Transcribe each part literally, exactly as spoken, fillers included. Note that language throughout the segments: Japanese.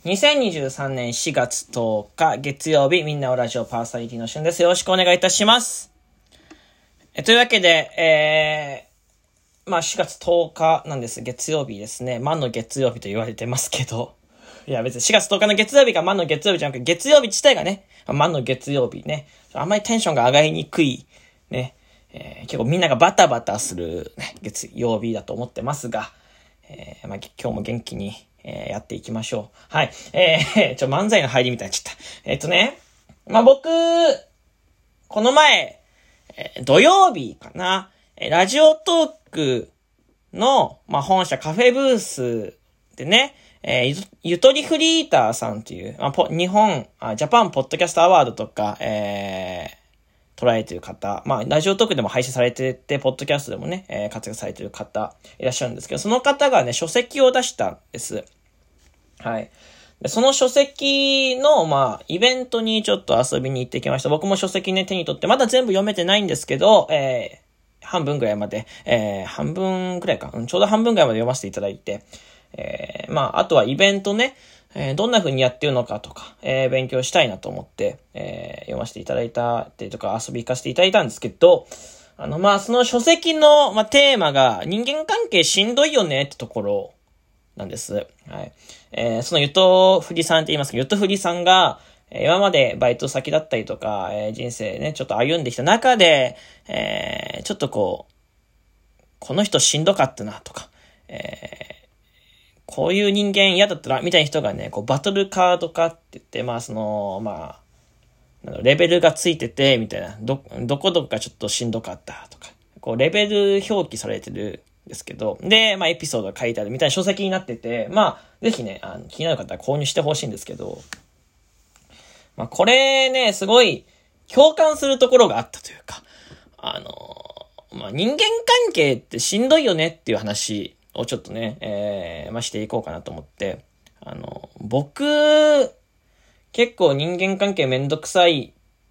にせんにじゅうさんねんしがつとおか月曜日、みんなおラジオパーソナリティのしゅんです。よろしくお願いいたします。えというわけで、えー、まあしがつとおかなんです。月曜日ですね。万の月曜日と言われてますけど。いや別にしがつとおかの月曜日が万の月曜日じゃなくて、月曜日自体がね、万の月曜日ね。あんまりテンションが上がりにくい、ね。えー、結構みんながバタバタする、ね、月曜日だと思ってますが、えー、まあ今日も元気に、えー、やっていきましょう。はい。えー、ちょ、漫才の入りみたいになっちゃった。えっとね、まあ僕、この前、えー、土曜日かな、えー、ラジオトークの、まあ本社カフェブースでね、えー、ゆとりフリーターさんっていう、まあ、ポ日本あ、ジャパンポッドキャストアワードとか、えー、捉えている方、まあ、ラジオトークでも配信されてて、ポッドキャストでもね、えー、活躍されている方、いらっしゃるんですけど、その方がね、書籍を出したんです。はい。でその書籍の、まあ、イベントにちょっと遊びに行ってきました。僕も書籍ね、手に取って、まだ全部読めてないんですけど、えー、半分ぐらいまで、えー、半分くらいか、うん、ちょうど半分ぐらいまで読ませていただいて、えー、まあ、あとはイベントね、えー、どんな風にやってるのかとか、えー、勉強したいなと思って、えー、読ませていただいたってとか遊び行かせていただいたんですけど、あの、まあ、その書籍の、まあ、テーマが人間関係しんどいよねってところなんです。はい。えー、そのゆとふりさんって言いますけど、ゆとふりさんが、えー、今までバイト先だったりとか、えー、人生ね、ちょっと歩んできた中で、えー、ちょっとこう、この人しんどかったなとか、えー、こういう人間嫌だったな、みたいな人がね、こう、バトルカード化って言って、まあ、その、まあ、レベルがついてて、みたいな、ど、どこどこがちょっとしんどかったとか、こう、レベル表記されてるんですけど、で、まあ、エピソードが書いてあるみたいな書籍になってて、まあ、ぜひね、あの気になる方は購入してほしいんですけど、まあ、これね、すごい、共感するところがあったというか、あの、まあ、人間関係ってしんどいよねっていう話をちょっとね、えー、まあ、していこうかなと思って、あの、僕、結構人間関係めんどくさいって、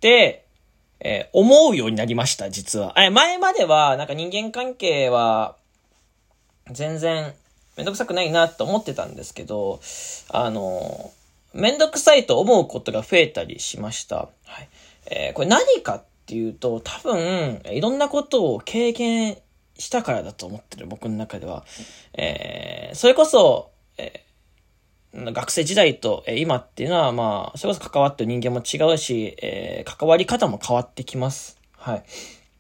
えー、思うようになりました、実は。え、前までは、なんか人間関係は、全然、めんどくさくないなと思ってたんですけど、あの、めんどくさいと思うことが増えたりしました。はい。えー、これ何かっていうと、多分、いろんなことを経験したからだと思ってる、僕の中では。えー、それこそ、えー、学生時代と、えー、今っていうのは、まあ、それこそ関わってる人間も違うし、えー、関わり方も変わってきます。はい。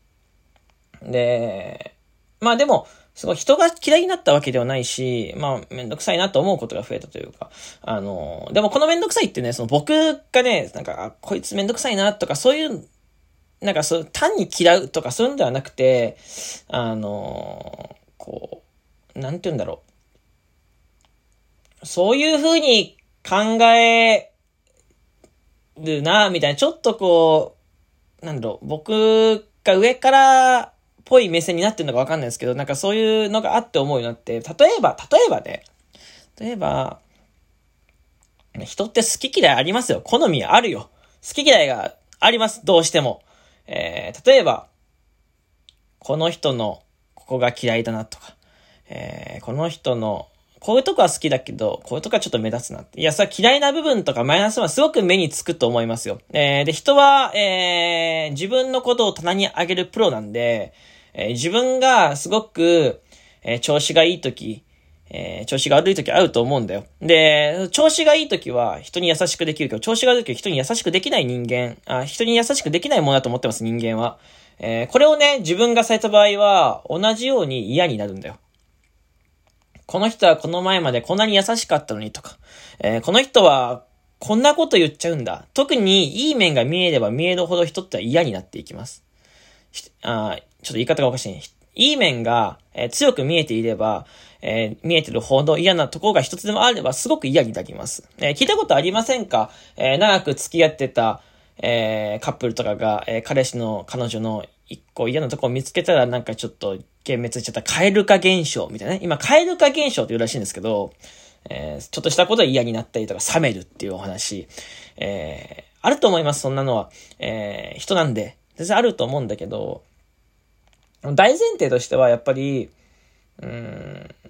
で、まあでも、すごい人が嫌いになったわけではないし、まあめんどくさいなと思うことが増えたというか、あの、でもこのめんどくさいってね、その僕がね、なんか、こいつめんどくさいなとかそういう、なんかそう、単に嫌うとかそういうんではなくて、あの、こう、なんて言うんだろう。そういう風に考えるな、みたいな、ちょっとこう、なんだろう、僕が上からぽい目線になってるのかわかんないですけど、なんかそういうのがあって思うようになって、例えば、例えばね、例えば、人って好き嫌いありますよ。好みあるよ。好き嫌いがあります。どうしても。えー、例えば、この人のここが嫌いだなとか、えー、この人のこういうとこは好きだけど、こういうとこはちょっと目立つなって。いや、それは嫌いな部分とかマイナスはすごく目につくと思いますよ。えー、で、人は、えー、自分のことを棚に上げるプロなんで、えー、自分がすごく、えー、調子がいいとき、えー、調子が悪いときあると思うんだよ。で、調子がいいときは人に優しくできるけど、調子が悪いときは人に優しくできない人間、あ、人に優しくできないものだと思ってます、人間は。えー、これをね、自分がされた場合は、同じように嫌になるんだよ。この人はこの前までこんなに優しかったのにとか、えー、この人はこんなこと言っちゃうんだ。特にいい面が見えれば見えるほど人っては嫌になっていきます。あ、ちょっと言い方がおかしいね。いい面が、えー、強く見えていれば、えー、見えてるほど嫌なところが一つでもあればすごく嫌になります。えー、聞いたことありませんか？えー、長く付き合ってた、えー、カップルとかが、えー、彼氏の彼女の一個嫌なところを見つけたらなんかちょっと幻滅しちゃった蛙化現象みたいなね。今、蛙化現象って言うらしいんですけど、えー、ちょっとしたことで嫌になったりとか冷めるっていうお話、えー、あると思います、そんなのは。えー、人なんで。全然あると思うんだけど、大前提としてはやっぱり、うーん、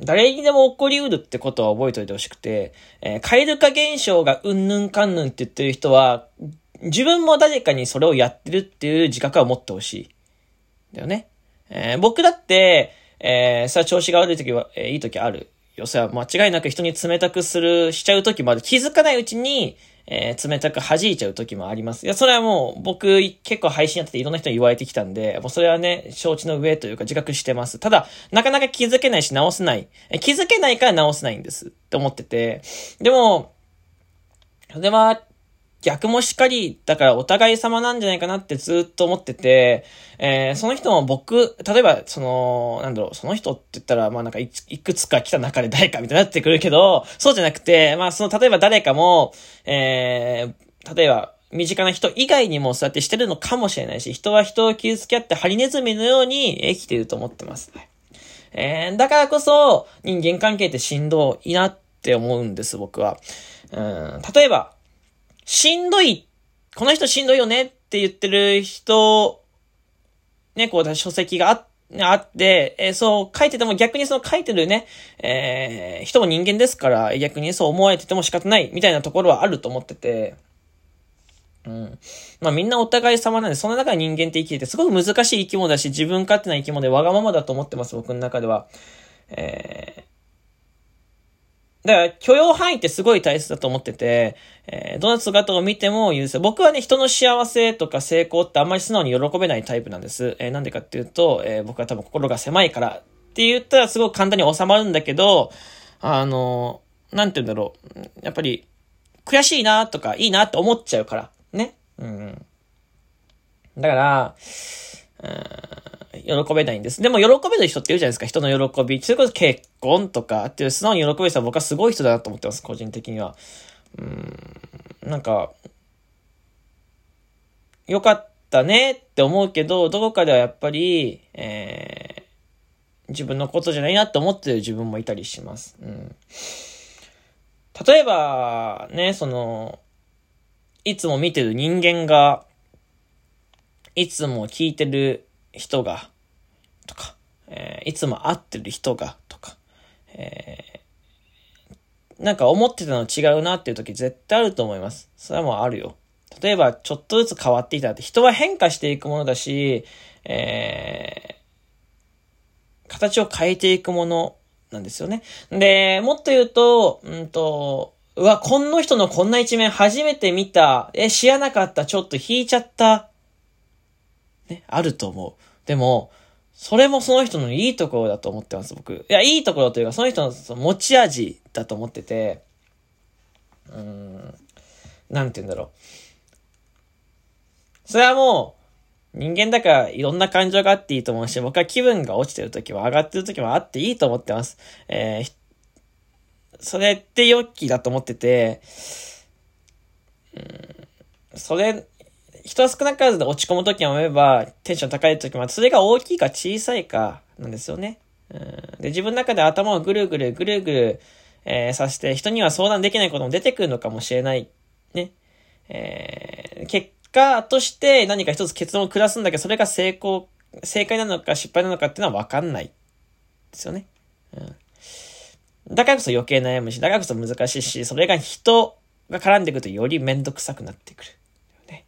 誰にでも起こりうるってことは覚えておいてほしくて、えー、蛙化現象がうんぬんかんぬんって言ってる人は、自分も誰かにそれをやってるっていう自覚は持ってほしい。だよね。えー、僕だって、えー、さ、調子が悪い時は、えー、いい時ある。よそは間違いなく人に冷たくする、しちゃう時もある。気づかないうちに、えー、冷たく弾いちゃう時もあります。いや、それはもう、僕、結構配信やってていろんな人に言われてきたんで、もうそれはね、承知の上というか自覚してます。ただ、なかなか気づけないし直せない。え気づけないから直せないんですって思ってて。でも、それは、逆もしっかり、だからお互い様なんじゃないかなってずっと思ってて、えー、その人も僕、例えば、その、なんだろう、その人って言ったら、まあなんかいくつか来た中で誰かみたいになってくるけど、そうじゃなくて、まあその、例えば誰かも、えー、例えば、身近な人以外にもそうやってしてるのかもしれないし、人は人を傷つけ合ってハリネズミのように生きていると思ってます。えー、だからこそ、人間関係ってしんどいなって思うんです、僕は。うん、例えば、しんどい、この人しんどいよねって言ってる人、ね、こう、書籍があ、あって、えー、そう書いてても逆にその書いてるね、えー、人も人間ですから、逆にそう思われてても仕方ないみたいなところはあると思ってて、うん。まあみんなお互い様なんで、その中で人間って生きてて、すごく難しい生き物だし、自分勝手な生き物でわがままだと思ってます、僕の中では。えーだから、許容範囲ってすごい大切だと思ってて、えー、どの姿を見ても許せ。僕はね、人の幸せとか成功ってあんまり素直に喜べないタイプなんです。えー、なんでかっていうと、えー、僕は多分心が狭いからって言ったらすごく簡単に収まるんだけど、あのー、なんて言うんだろう。やっぱり、悔しいなとか、いいなって思っちゃうから。ね。うん。だから、うーん喜べないんです。でも喜べる人っているじゃないですか。人の喜び。それこそ結婚とかっていう素直に喜べる人は僕はすごい人だなと思ってます。個人的には。うーん。なんか、よかったねって思うけど、どこかではやっぱり、えー、自分のことじゃないなって思ってる自分もいたりします。うん。例えば、ね、その、いつも見てる人間が、いつも聞いてる人が、とか、えー、いつも会ってる人が、とか、えー、なんか思ってたの違うなっていう時絶対あると思います。それはもうあるよ。例えば、ちょっとずつ変わっていたって、人は変化していくものだし、えー、形を変えていくものなんですよね。で、もっと言うと、うんと、うわ、この人のこんな一面初めて見た。え、知らなかった。ちょっと引いちゃった。ね、あると思う。でも、それもその人のいいところだと思ってます、僕。いや、いいところというか、その人のその持ち味だと思ってて、うーん、なんて言うんだろう。それはもう、人間だからいろんな感情があっていいと思うし、僕は気分が落ちてる時も上がってる時もあっていいと思ってます。えー、それって良きだと思ってて、うーん、それ、人は少なからずで落ち込む時もあれば、テンション高い時もあって、それが大きいか小さいかなんですよね。うん、で、自分の中で頭をぐるぐるぐるぐる、えー、させて、人には相談できないことも出てくるのかもしれない。ね。えー、結果として何か一つ結論を下すんだけど、それが成功、正解なのか失敗なのかっていうのは分かんない。ですよね。うん。だからこそ余計悩むし、だからこそ難しいし、それが人が絡んでくるとよりめんどくさくなってくる。ね。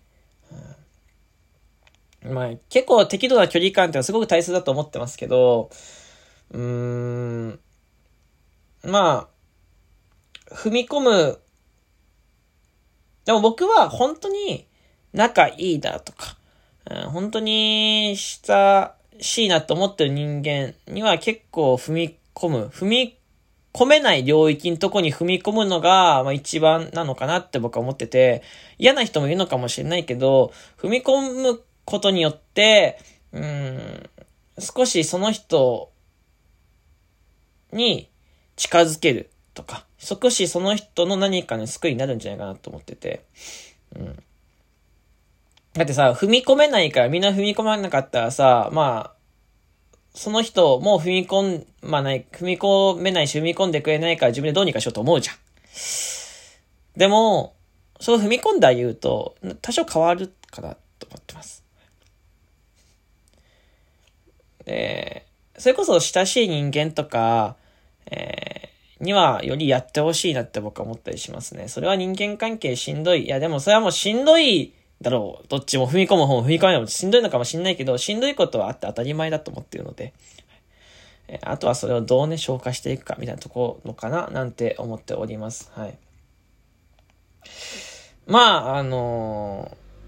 うん、まあ、結構適度な距離感ってのはすごく大切だと思ってますけど、うーん、まあ、踏み込む。でも僕は本当に仲いいだとか、うん、本当に親しいなと思ってる人間には結構踏み込む。踏み込めない領域のとこに踏み込むのが、まあ一番なのかなって僕は思ってて、嫌な人もいるのかもしれないけど、踏み込むことによって、うーん、少しその人に近づけるとか、少しその人の何かの救いになるんじゃないかなと思ってて。うん。だってさ、踏み込めないからみんな踏み込まなかったらさ、まあ、その人も踏み込まない、踏み込めないし踏み込んでくれないから自分でどうにかしようと思うじゃん。でも、そう踏み込んであげると、多少変わるかなと思ってます。で、それこそ親しい人間とか、 にはよりやってほしいなって僕は思ったりしますね。それは人間関係しんどい。いやでもそれはもうしんどいだろう。どっちも踏み込む方も踏み込めないもしんどいのかもしんないけど、しんどいことはあって当たり前だと思っているので、あとはそれをどうね、消化していくかみたいなところのかななんて思っております。はい。まあ、あの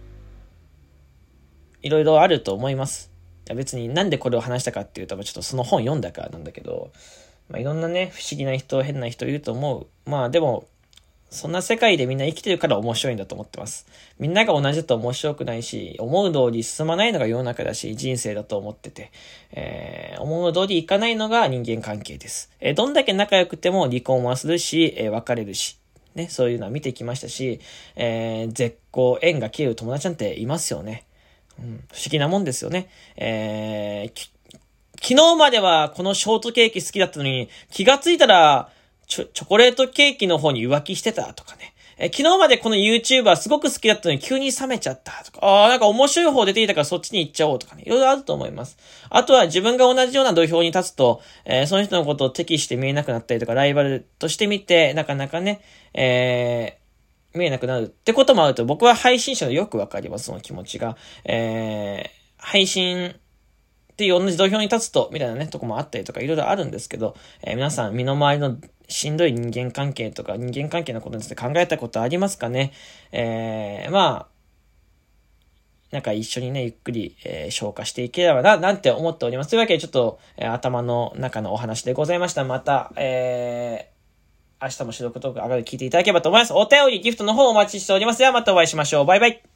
ー、いろいろあると思います。いや別になんでこれを話したかっていうと、ちょっとその本読んだからなんだけど、まあ、いろんなね、不思議な人、変な人いると思う。まあでも、そんな世界でみんな生きてるから面白いんだと思ってます。みんなが同じだと面白くないし、思う通り進まないのが世の中だし、人生だと思ってて、えー、思う通りいかないのが人間関係です。えー、どんだけ仲良くても離婚はするし、えー、別れるし、ね、そういうのは見てきましたし、えー、絶好縁が切れる友達なんていますよね。うん、不思議なもんですよね。えー、昨日まではこのショートケーキ好きだったのに、気がついたら、チョ、チョコレートケーキの方に浮気してたとかね。え、昨日までこの YouTuber すごく好きだったのに急に冷めちゃったとか、ああ、なんか面白い方出てきたからそっちに行っちゃおうとかね。いろいろあると思います。あとは自分が同じような土俵に立つと、えー、その人のことを敵して見えなくなったりとか、ライバルとして見て、なかなかね、えー、見えなくなるってこともあると、僕は配信者のよくわかります、その気持ちが。えー、配信、っていう同じ土俵に立つと、みたいなね、とこもあったりとかいろいろあるんですけど、えー、皆さん身の回りのしんどい人間関係とか人間関係のことについて考えたことありますかね。えー、まあ、なんか一緒にね、ゆっくり、えー、消化していければな、なんて思っております。というわけでちょっと、えー、頭の中のお話でございました。また、えー、明日も収録トーク上がる聞いていただければと思います。お便り、ギフトの方お待ちしております。ではまたお会いしましょう。バイバイ。